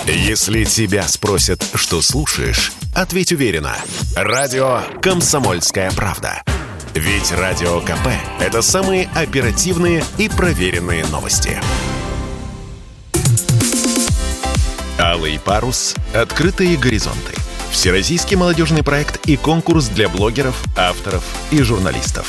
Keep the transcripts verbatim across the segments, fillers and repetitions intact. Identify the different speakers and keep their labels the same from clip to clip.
Speaker 1: Если тебя спросят, что слушаешь, ответь уверенно. Радио «Комсомольская правда». Ведь Радио КП – это самые оперативные и проверенные новости. «Алый парус. Открытые горизонты». Всероссийский молодежный проект и конкурс для блогеров, авторов и журналистов.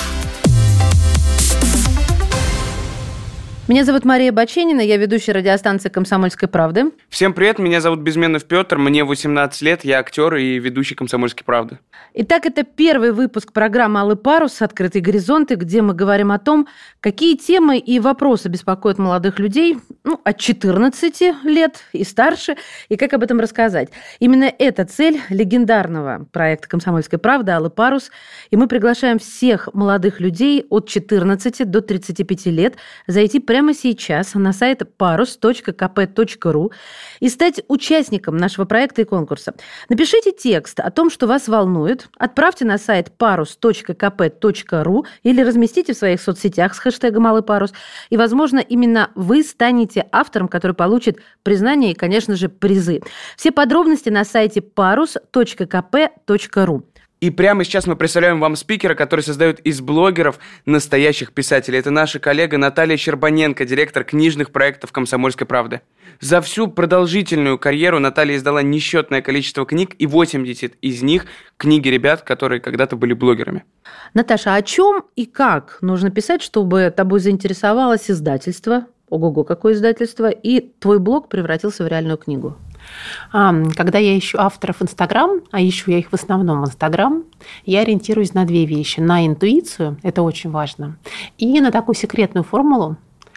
Speaker 2: Меня зовут Мария Баченина, я ведущая радиостанции «Комсомольской правды».
Speaker 3: Всем привет, меня зовут Безменов Петр, мне восемнадцать лет, я актер и ведущий «Комсомольской правды».
Speaker 2: Итак, это первый выпуск программы «Алый парус. Открытые горизонты», где мы говорим о том, какие темы и вопросы беспокоят молодых людей, ну, от четырнадцати лет и старше, и как об этом рассказать. Именно эта цель легендарного проекта «Комсомольская правда» «Алый парус», и мы приглашаем всех молодых людей от четырнадцати до тридцати пяти лет зайти прямо сейчас на сайт парус точка ка пэ точка ру и стать участником нашего проекта и конкурса. Напишите текст о том, что вас волнует, отправьте на сайт парус точка ка пэ точка ру или разместите в своих соцсетях с хэштегом «Алый парус», и, возможно, именно вы станете автором, который получит признание и, конечно же, призы. Все подробности на сайте парус точка ка пэ точка ру.
Speaker 3: И прямо сейчас мы представляем вам спикера, который создает из блогеров настоящих писателей. Это наша коллега Наталья Щербаненко, директор книжных проектов «Комсомольской правды». За всю продолжительную карьеру Наталья издала несчетное количество книг, и восемьдесят из них – книги ребят, которые когда-то были блогерами.
Speaker 2: Наташа, о чем и как нужно писать, чтобы тобой заинтересовалось издательство? Ого-го, какое издательство! И твой блог превратился в реальную книгу.
Speaker 4: Когда я ищу авторов в Инстаграм, а ищу я их в основном в Инстаграм, я ориентируюсь на две вещи. На интуицию, это очень важно, и на такую секретную формулу,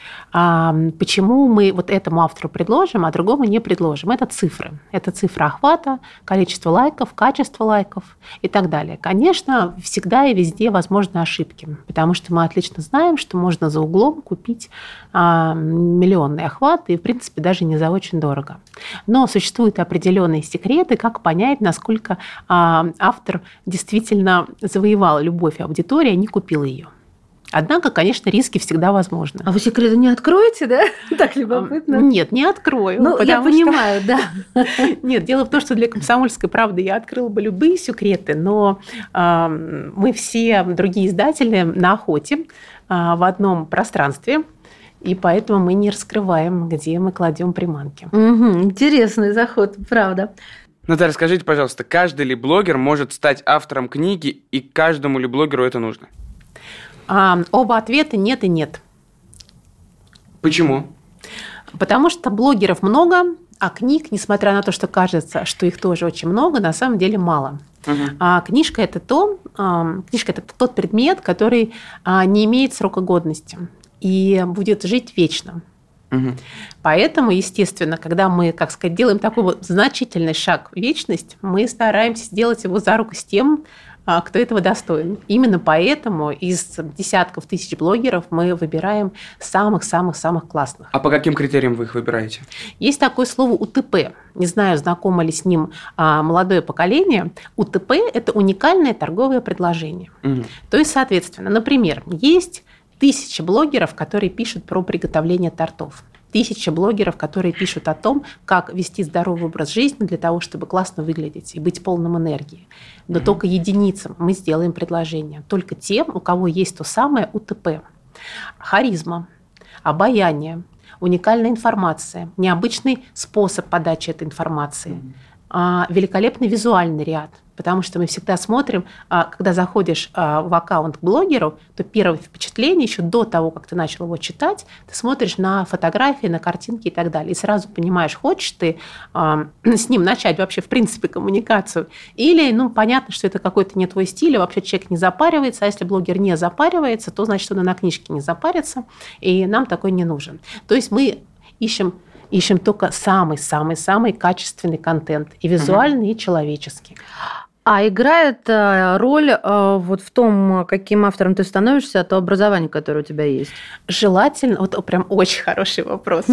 Speaker 4: почему мы вот этому автору предложим, а другому не предложим. Это цифры. Это цифра охвата, количество лайков, качество лайков и так далее. Конечно, всегда и везде возможны ошибки, потому что мы отлично знаем, что можно за углом купить миллионный охват и, в принципе, даже не за очень дорого. Но существуют определенные секреты, как понять, насколько автор действительно завоевал любовь аудитории, а не купил ее. Однако, конечно, риски всегда возможны.
Speaker 2: А вы секреты не откроете, да? Так любопытно.
Speaker 4: Нет, не открою.
Speaker 2: Ну, я понимаю, что... да.
Speaker 4: Нет, дело в том, что для «Комсомольской правды» я открыла бы любые секреты, но э, мы все другие издатели на охоте э, в одном пространстве, и поэтому мы не раскрываем, где мы кладем приманки.
Speaker 2: Угу, интересный заход, правда.
Speaker 3: Наталья, скажите, пожалуйста, каждый ли блогер может стать автором книги, и каждому ли блогеру это нужно?
Speaker 4: А, оба ответа нет и нет.
Speaker 3: Почему?
Speaker 4: Потому что блогеров много, а книг, несмотря на то, что кажется, что их тоже очень много, на самом деле мало. Угу. А книжка – это то, а, книжка – это тот предмет, который а, не имеет срока годности и будет жить вечно. Угу. Поэтому, естественно, когда мы, как сказать, делаем такой вот значительный шаг в вечность, мы стараемся сделать его за руку с тем, кто этого достоин. Именно поэтому из десятков тысяч блогеров мы выбираем самых-самых-самых классных.
Speaker 3: А по каким критериям вы их выбираете?
Speaker 4: Есть такое слово «у тэ пэ». Не знаю, знакомо ли с ним молодое поколение. у тэ пэ – это уникальное торговое предложение. Угу. То есть, соответственно, например, есть тысячи блогеров, которые пишут про приготовление тортов. Тысячи блогеров, которые пишут о том, как вести здоровый образ жизни для того, чтобы классно выглядеть и быть полным энергии. Но mm-hmm. только единицам мы сделаем предложение. Только тем, у кого есть то самое у тэ пэ. Харизма, обаяние, уникальная информация, необычный способ подачи этой информации, mm-hmm. великолепный визуальный ряд. Потому что мы всегда смотрим, когда заходишь в аккаунт к блогеру, то первое впечатление, еще до того, как ты начал его читать, ты смотришь на фотографии, на картинки и так далее. И сразу понимаешь, хочешь ты с ним начать вообще, в принципе, коммуникацию. Или, ну, понятно, что это какой-то не твой стиль, и вообще человек не запаривается. А если блогер не запаривается, то значит, он и на книжке не запарится, и нам такой не нужен. То есть мы ищем... Ищем только самый-самый-самый качественный контент, и визуальный, и человеческий.
Speaker 2: А играет роль вот в том, каким автором ты становишься, то образование, которое у тебя есть?
Speaker 4: Желательно, вот прям очень хороший вопрос.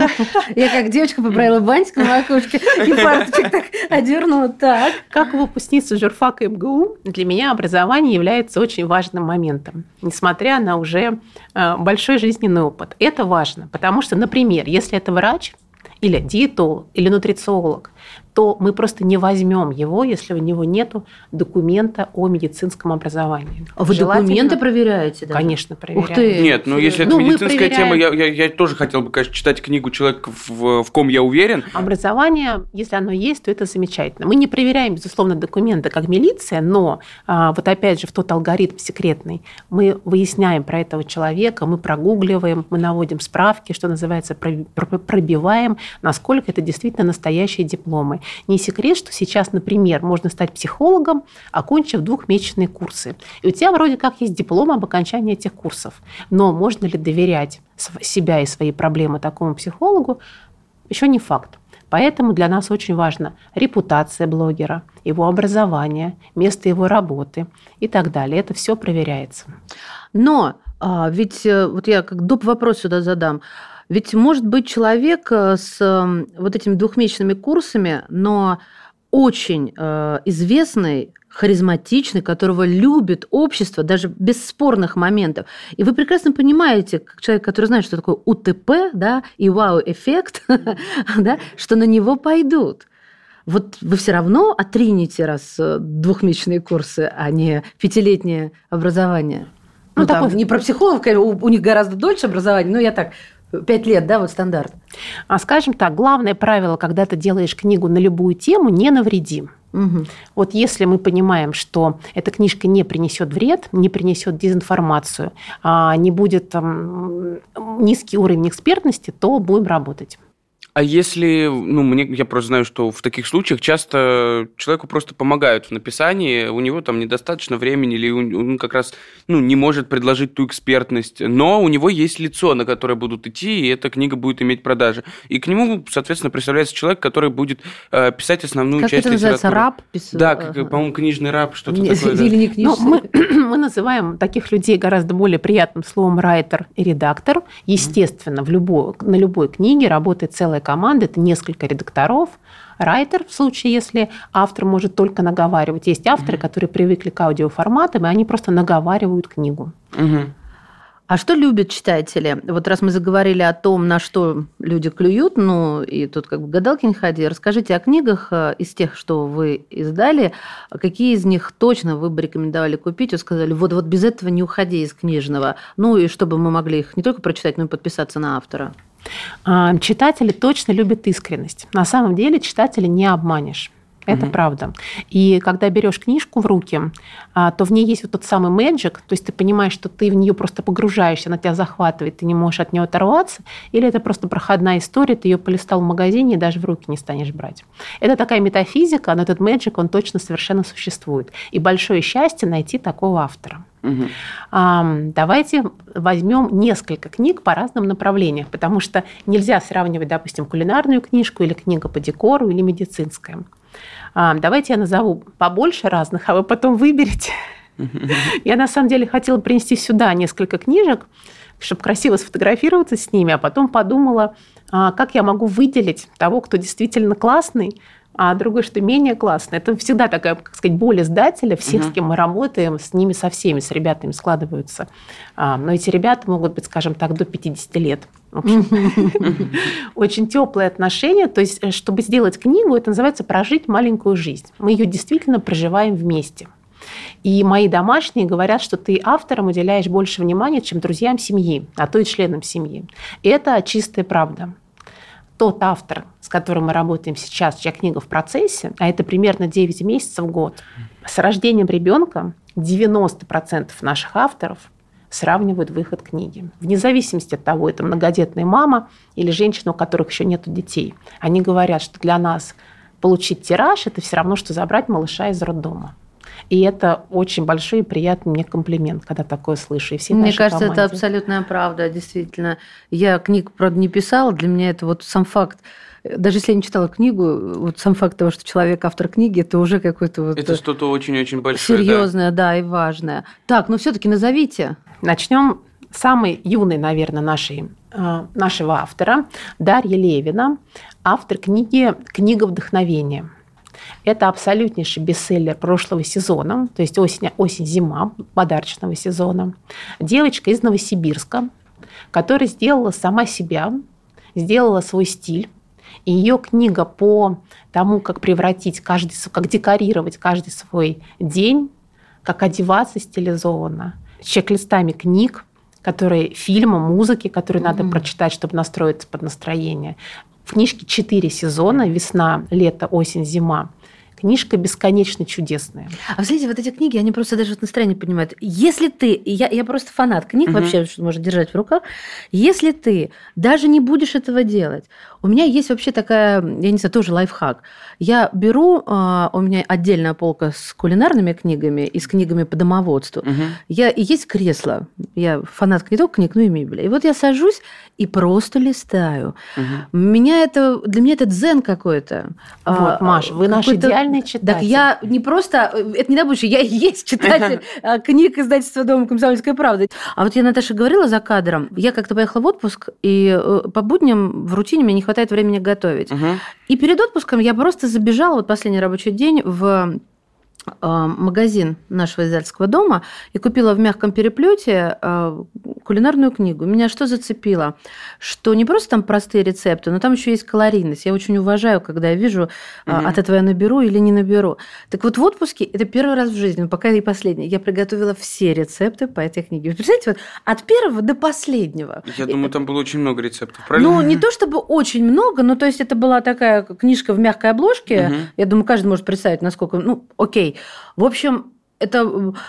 Speaker 2: Я как девочка поправила бантик на макушке и фарточек так одернула. Так.
Speaker 4: Как выпускница журфака эм гэ у, для меня образование является очень важным моментом, несмотря на уже большой жизненный опыт. Это важно, потому что, например, если это врач, или диетолог, или нутрициолог, то мы просто не возьмем его, если у него нет документа о медицинском образовании.
Speaker 2: А вы
Speaker 4: Желательно...
Speaker 2: документы проверяете? Даже?
Speaker 4: Конечно, проверяем.
Speaker 2: Ух ты.
Speaker 3: Нет, ну если это
Speaker 4: ну,
Speaker 3: медицинская
Speaker 4: проверяем...
Speaker 3: тема, я, я, я тоже хотел бы, конечно, читать книгу «Человек, в, в ком я уверен».
Speaker 4: Образование, если оно есть, то это замечательно. Мы не проверяем, безусловно, документы как милиция, но а, вот опять же в тот алгоритм секретный мы выясняем про этого человека, мы прогугливаем, мы наводим справки, что называется, пробиваем, насколько это действительно настоящие дипломы. Не секрет, что сейчас, например, можно стать психологом, окончив двухмесячные курсы. И у тебя вроде как есть диплом об окончании этих курсов. Но можно ли доверять себя и свои проблемы такому психологу, еще не факт. Поэтому для нас очень важна репутация блогера, его образование, место его работы и так далее. Это все проверяется.
Speaker 2: Но а, ведь вот я как доп. Вопрос сюда задам. Ведь может быть человек с вот этими двухмесячными курсами, но очень э, известный, харизматичный, которого любит общество, даже без спорных моментов. И вы прекрасно понимаете, как человек, который знает, что такое УТП, да, и вау-эффект, да, что на него пойдут. Вот вы все равно отринете раз двухмесячные курсы, а не пятилетнее образование. Ну, ну там, такой... не про психологов, у, у них гораздо дольше образование, но я так... Пять лет, да, вот стандарт.
Speaker 4: А скажем так, главное правило, когда ты делаешь книгу на любую тему, не навреди. Угу. Вот если мы понимаем, что эта книжка не принесет вред, не принесет дезинформацию, не будет там, низкий уровень экспертности, то будем работать.
Speaker 3: А если, ну, мне, я просто знаю, что в таких случаях часто человеку просто помогают в написании, у него там недостаточно времени, или он как раз, ну, не может предложить ту экспертность, но у него есть лицо, на которое будут идти, и эта книга будет иметь продажи. И к нему, соответственно, представляется человек, который будет э, писать основную
Speaker 2: как
Speaker 3: часть
Speaker 2: литературы. Как это называется? Раб?
Speaker 3: Пис... Да, как, по-моему, книжный раб, что-то
Speaker 2: не,
Speaker 3: такое.
Speaker 2: Или не книжный.
Speaker 4: Ну, мы, мы называем таких людей гораздо более приятным словом райтер и редактор. Естественно, в любой, на любой книге работает целая команда, это несколько редакторов. Райтер, в случае, если автор может только наговаривать. Есть авторы, mm-hmm. которые привыкли к аудиоформатам, и они просто наговаривают книгу.
Speaker 2: Mm-hmm. А что любят читатели? Вот раз мы заговорили о том, на что люди клюют, ну, и тут как бы гадалки не ходи, расскажите о книгах из тех, что вы издали, какие из них точно вы бы рекомендовали купить, и сказали, вот, вот без этого не уходи из книжного, ну, и чтобы мы могли их не только прочитать, но и подписаться на автора.
Speaker 4: Читатели точно любят искренность. На самом деле читателя не обманешь. Это mm-hmm. правда. И когда берешь книжку в руки, то в ней есть вот тот самый мэджик, то есть ты понимаешь, что ты в нее просто погружаешься, она тебя захватывает, ты не можешь от нее оторваться, или это просто проходная история, ты ее полистал в магазине и даже в руки не станешь брать. Это такая метафизика, но этот мэджик, он точно совершенно существует. И большое счастье найти такого автора. Угу. Давайте возьмем несколько книг по разным направлениям, потому что нельзя сравнивать, допустим, кулинарную книжку или книгу по декору или медицинская. Давайте я назову побольше разных, а вы потом выберете. Я на самом деле хотела принести сюда несколько книжек, чтобы красиво сфотографироваться с ними, а потом подумала, как я могу выделить того, кто действительно классный, а другой, что менее классно. Это всегда такая, как сказать, боль издателя, всех, uh-huh. с кем мы работаем, с ними со всеми, с ребятами складываются. Но эти ребята могут быть, скажем так, до пятидесяти лет. Очень теплые отношения. То есть, чтобы сделать книгу, это называется «Прожить маленькую жизнь». Мы ее действительно проживаем вместе. И мои домашние говорят, что ты авторам уделяешь больше внимания, чем друзьям семьи, а то и членам семьи. И это чистая правда. Тот автор, с которым мы работаем сейчас, чья книга в процессе, а это примерно девять месяцев в год, с рождением ребенка девяносто процентов наших авторов сравнивают выход книги. Вне зависимости от того, это многодетная мама или женщина, у которых еще нет детей. Они говорят, что для нас получить тираж – это все равно, что забрать малыша из роддома. И это очень большой и приятный мне комплимент, когда такое слышу. И все
Speaker 2: мне кажется,
Speaker 4: команде.
Speaker 2: Это абсолютная правда, действительно. Я книг, правда, не писала. Для меня это вот сам факт. Даже если я не читала книгу, вот сам факт того, что человек автор книги, это уже какой-то вот...
Speaker 3: Это что-то очень-очень большое.
Speaker 2: Серьезное, да, да и важное. Так, ну все-таки назовите.
Speaker 4: Начнем с самой юной, наверное, нашей, нашего автора, Дарья Левина, автор книги «Книга вдохновения». Это абсолютнейший бестселлер прошлого сезона, то есть осень, осень-зима подарочного сезона. Девочка из Новосибирска, которая сделала сама себя, сделала свой стиль И ее книга по тому, как превратить каждый, как декорировать каждый свой день, как одеваться стилизованно, с чек-листами книг, которые, фильмы, музыки, которые mm-hmm. надо прочитать, чтобы настроиться под настроение. В книжке четыре сезона: весна, лето, осень, зима. Книжка бесконечно чудесная.
Speaker 2: А вы знаете, вот эти книги, они просто даже вот настроение поднимают. Если ты, я, я просто фанат книг угу. вообще, что можно держать в руках, если ты даже не будешь этого делать, у меня есть вообще такая, я не знаю, тоже лайфхак. Я беру, у меня отдельная полка с кулинарными книгами и с книгами по домоводству. Угу. Я, и есть кресло. Я фанат не только книг, но и мебели. И вот я сажусь и просто листаю. Угу. Меня это, для меня это дзен какой-то.
Speaker 4: Вот, Маш, вы наш идеальный читатель.
Speaker 2: Так я не просто... Это не добавочно, я и есть читатель книг издательства «Дома «Комсомольская правда». А вот я Наташе говорила за кадром. Я как-то поехала в отпуск, и по будням в рутине мне не хватает времени готовить. Угу. И перед отпуском я просто забежала, вот последний рабочий день, в магазин нашего издательского дома и купила в мягком переплете кулинарную книгу. Меня что зацепило? Что не просто там простые рецепты, но там еще есть калорийность. Я очень уважаю, когда я вижу, угу. от этого я наберу или не наберу. Так вот, в отпуске, это первый раз в жизни, пока и последний, я приготовила все рецепты по этой книге. Вы представляете, вот от первого до последнего.
Speaker 3: Я думаю, там было очень много рецептов, правильно?
Speaker 2: Ну, не то чтобы очень много, но то есть это была такая книжка в мягкой обложке. Угу. Я думаю, каждый может представить, насколько... Ну, окей. В общем, это,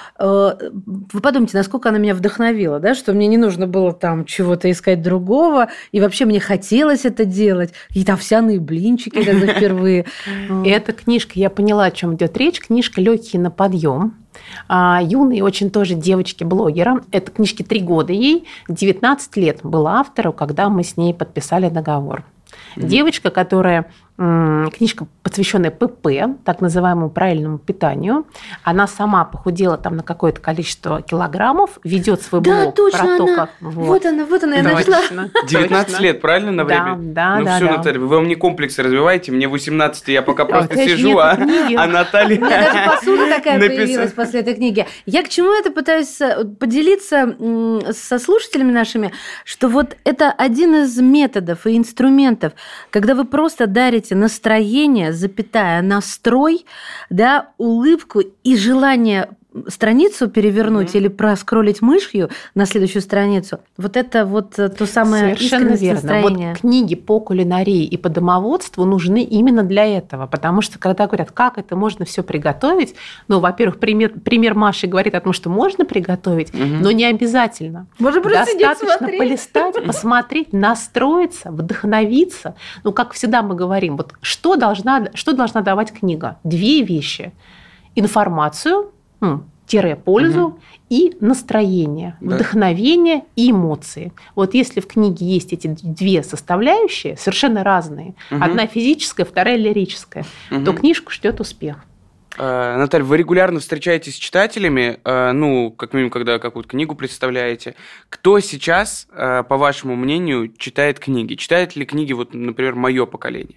Speaker 2: вы подумайте, насколько она меня вдохновила, да, что мне не нужно было там чего-то искать другого, и вообще мне хотелось это делать. Какие-то овсяные блинчики когда впервые.
Speaker 4: Эта книжка, я поняла, о чем идет речь, книжка «Легкие на подъем». Юной очень тоже девочки-блогера. Это книжке три года ей, девятнадцать лет была автору, когда мы с ней подписали договор. Mm-hmm. Девочка, которая... Книжка, посвященная ПП, так называемому правильному питанию. Она сама похудела там на какое-то количество килограммов, ведет свой
Speaker 2: да,
Speaker 4: блог
Speaker 2: точно,
Speaker 4: про то,
Speaker 2: она...
Speaker 4: как...
Speaker 2: Вот. вот она, вот она, я нашла.
Speaker 3: девятнадцать лет, правильно, на время?
Speaker 4: Да, да,
Speaker 3: ну
Speaker 4: да.
Speaker 3: все,
Speaker 4: да.
Speaker 3: Наталья, вы во мне комплексы развиваете, мне восемнадцать, я пока просто сижу, а, а Наталья...
Speaker 2: У меня даже посуда такая появилась после этой книги. Я к чему это пытаюсь поделиться со слушателями нашими, что вот это один из методов и инструментов, когда вы просто дарите настроение, запятая, настрой, да, улыбку и желание страницу перевернуть mm-hmm. или проскроллить мышью на следующую страницу. Вот это вот то самое искренность настроения.
Speaker 4: Вот книги по кулинарии и по домоводству нужны именно для этого, потому что когда говорят, как это можно все приготовить, ну, во-первых, пример, пример Маши говорит о том, что можно приготовить, mm-hmm. но не обязательно.
Speaker 2: Можно просто сидеть,
Speaker 4: достаточно
Speaker 2: смотреть.
Speaker 4: полистать, посмотреть, настроиться, вдохновиться. Ну, как всегда мы говорим, вот что должна, что должна давать книга? Две вещи. Информацию, тире пользу угу. и настроение, да. вдохновение и эмоции. Вот если в книге есть эти две составляющие, совершенно разные, угу. одна физическая, вторая лирическая, угу. то книжку ждет успех.
Speaker 3: А, Наталья, вы регулярно встречаетесь с читателями, а, ну, как минимум, когда какую-то книгу представляете. Кто сейчас, а, по вашему мнению, читает книги? Читает ли книги, вот, например, мое поколение?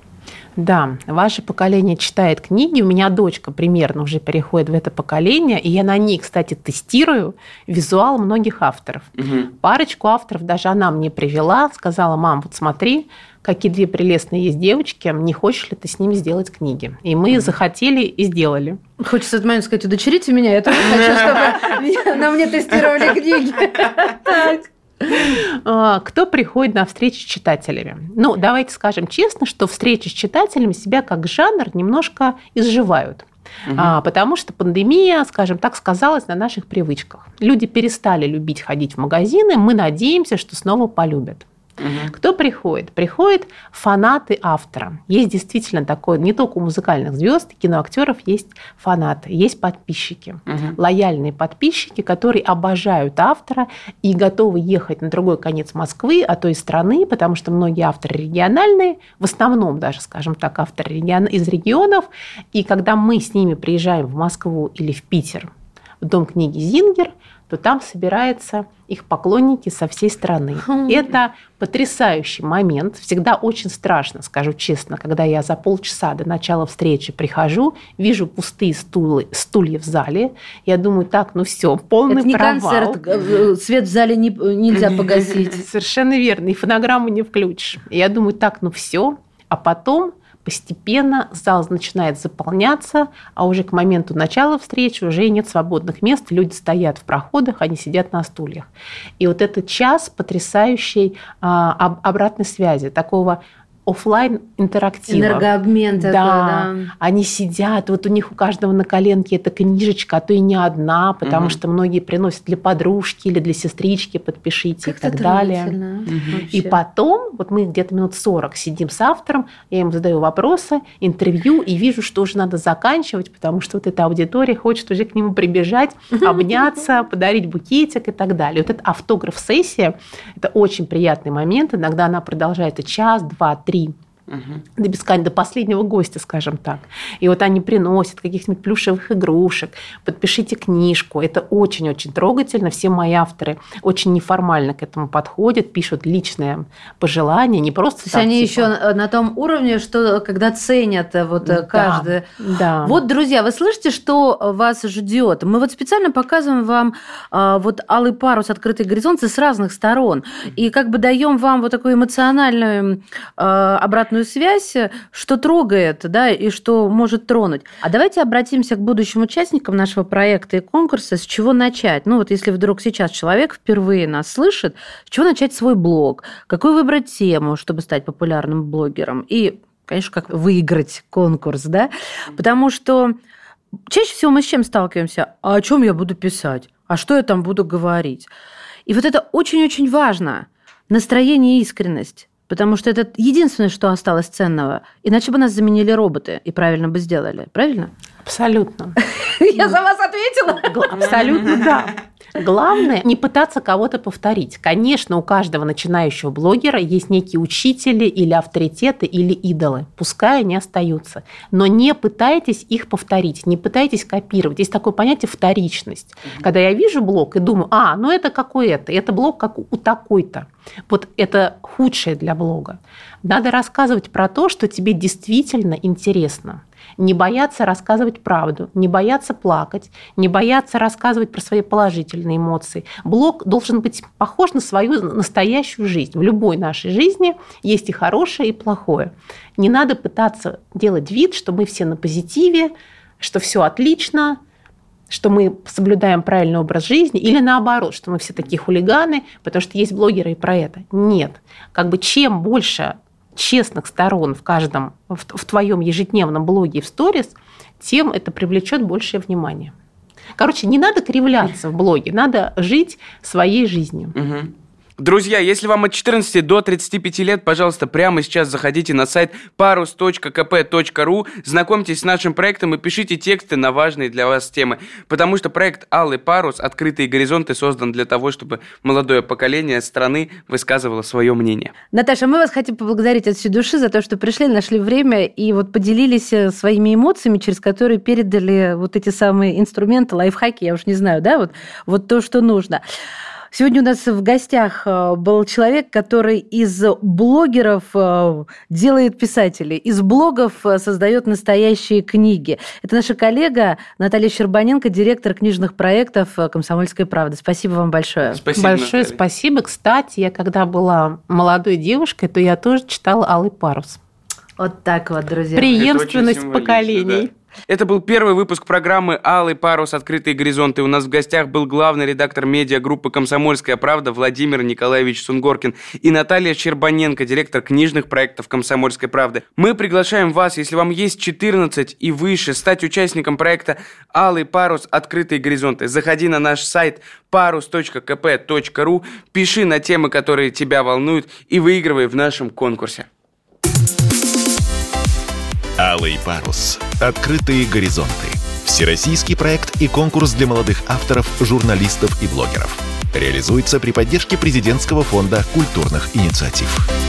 Speaker 4: Да, ваше поколение читает книги. У меня дочка примерно уже переходит в это поколение, и я на ней, кстати, тестирую визуал многих авторов. Угу. Парочку авторов даже она мне привела, сказала: мам, вот смотри, какие две прелестные есть девочки, не хочешь ли ты с ними сделать книги? И мы угу. захотели и сделали.
Speaker 2: Хочется в этот момент сказать: удочерите меня, я тоже хочу, чтобы на мне тестировали книги.
Speaker 4: Кто приходит на встречи с читателями? Ну, давайте скажем честно, что встречи с читателями себя как жанр немножко изживают. Угу. А, потому что пандемия, скажем так, сказалась на наших привычках. Люди перестали любить ходить в магазины, мы надеемся, что снова полюбят. Угу. Кто приходит? Приходят фанаты автора. Есть действительно такое, не только у музыкальных звезд, киноактеров есть фанаты, есть подписчики, угу. лояльные подписчики, которые обожают автора и готовы ехать на другой конец Москвы, а то и страны, потому что многие авторы региональные, в основном даже, скажем так, авторы из регионов, и когда мы с ними приезжаем в Москву или в Питер, в Дом книги «Зингер», то там собираются их поклонники со всей страны. Это потрясающий момент. Всегда очень страшно, скажу честно, когда я за полчаса до начала встречи прихожу, вижу пустые стулы, стулья в зале. Я думаю, так, ну все, полный
Speaker 2: это
Speaker 4: провал.
Speaker 2: Это не концерт, свет в зале не, нельзя погасить.
Speaker 4: Совершенно верно, и фонограмму не включишь. Я думаю, так, ну все. А потом постепенно зал начинает заполняться, а уже к моменту начала встречи уже нет свободных мест, люди стоят в проходах, они сидят на стульях. И вот этот час потрясающей а, обратной связи, такого офлайн интерактива.
Speaker 2: Энергообмен такой, да.
Speaker 4: да. Они сидят, вот у них у каждого на коленке эта книжечка, а то и не одна, потому угу. что многие приносят для подружки или для сестрички, подпишите, как и так далее. Угу. И потом, вот мы где-то минут сорок сидим с автором, я ему задаю вопросы, интервью, и вижу, что уже надо заканчивать, потому что вот эта аудитория хочет уже к нему прибежать, обняться, подарить букетик и так далее. Вот эта автограф-сессия, это очень приятный момент, иногда она продолжается час, два, три, Угу. до бесконечности, до последнего гостя, скажем так. И вот они приносят каких-нибудь плюшевых игрушек, подпишите книжку. Это очень-очень трогательно. Все мои авторы очень неформально к этому подходят, пишут личное пожелание, не просто.
Speaker 2: То есть они типа... еще на том уровне, что когда ценят вот да, каждый.
Speaker 4: Да.
Speaker 2: Вот, друзья, вы слышите, что вас ждет? Мы вот специально показываем вам вот алый парус, открытый горизонт с разных сторон, и как бы даем вам вот такую эмоциональную обратную связь, что трогает, да, и что может тронуть. А давайте обратимся к будущим участникам нашего проекта и конкурса. С чего начать? Ну вот если вдруг сейчас человек впервые нас слышит, с чего начать свой блог? Какую выбрать тему, чтобы стать популярным блогером? И, конечно, как выиграть конкурс, да? Потому что чаще всего мы с чем сталкиваемся? А о чем я буду писать? А что я там буду говорить? И вот это очень-очень важно. Настроение и искренность. Потому что это единственное, что осталось ценного. Иначе бы нас заменили роботы и правильно бы сделали. Правильно?
Speaker 4: Абсолютно.
Speaker 2: Я за вас ответила?
Speaker 4: Абсолютно, да. Главное, не пытаться кого-то повторить. Конечно, у каждого начинающего блогера есть некие учители или авторитеты, или идолы. Пускай они остаются. Но не пытайтесь их повторить, не пытайтесь копировать. Есть такое понятие вторичность. Когда я вижу блог и думаю, а, ну это какой это, это блог как у такой-то. Вот это худшее для блога. Надо рассказывать про то, что тебе действительно интересно. Не бояться рассказывать правду, не бояться плакать, не бояться рассказывать про свои положительные эмоции. Блог должен быть похож на свою настоящую жизнь. В любой нашей жизни есть и хорошее, и плохое. Не надо пытаться делать вид, что мы все на позитиве, что все отлично, что мы соблюдаем правильный образ жизни, или наоборот, что мы все такие хулиганы, потому что есть блогеры и про это. Нет. Как бы чем больше честных сторон в каждом, в, в твоем ежедневном блоге и в сторис, тем это привлечет большее внимание. Короче, не надо кривляться в блоге, надо жить своей жизнью.
Speaker 3: Угу. Друзья, если вам от четырнадцати до тридцати пяти лет, пожалуйста, прямо сейчас заходите на сайт парус точка ка пэ точка ру, знакомьтесь с нашим проектом и пишите тексты на важные для вас темы. Потому что проект «Алый парус. Открытые горизонты» создан для того, чтобы молодое поколение страны высказывало свое мнение.
Speaker 2: Наташа, мы вас хотим поблагодарить от всей души за то, что пришли, нашли время и вот поделились своими эмоциями, через которые передали вот эти самые инструменты, лайфхаки, я уж не знаю, да, вот, вот то, что нужно. Сегодня у нас в гостях был человек, который из блогеров делает писателей, из блогов создает настоящие книги. Это наша коллега Наталья Щербаненко, директор книжных проектов «Комсомольская правда». Спасибо вам большое.
Speaker 4: Спасибо, большое Наталья. Спасибо. Кстати, я когда была молодой девушкой, то я тоже читала «Алый парус».
Speaker 2: Вот так вот, друзья.
Speaker 4: Преемственность поколений.
Speaker 3: Да. Это был первый выпуск программы «Алый парус. Открытые горизонты». У нас в гостях был главный редактор медиагруппы «Комсомольская правда» Владимир Николаевич Сунгоркин и Наталья Щербаненко, директор книжных проектов «Комсомольской правды». Мы приглашаем вас, если вам есть четырнадцать и выше, стать участником проекта «Алый парус. Открытые горизонты». Заходи на наш сайт парус точка ка пэ точка ру, пиши на темы, которые тебя волнуют, и выигрывай в нашем конкурсе.
Speaker 1: «Алый парус. Открытые горизонты». Всероссийский проект и конкурс для молодых авторов, журналистов и блогеров. Реализуется при поддержке Президентского фонда культурных инициатив.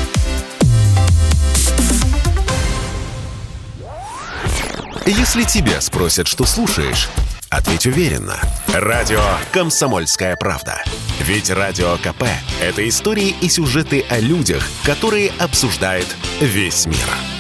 Speaker 1: Если тебя спросят, что слушаешь, ответь уверенно. Радио «Комсомольская правда». Ведь Радио КП – это истории и сюжеты о людях, которые обсуждает весь мир.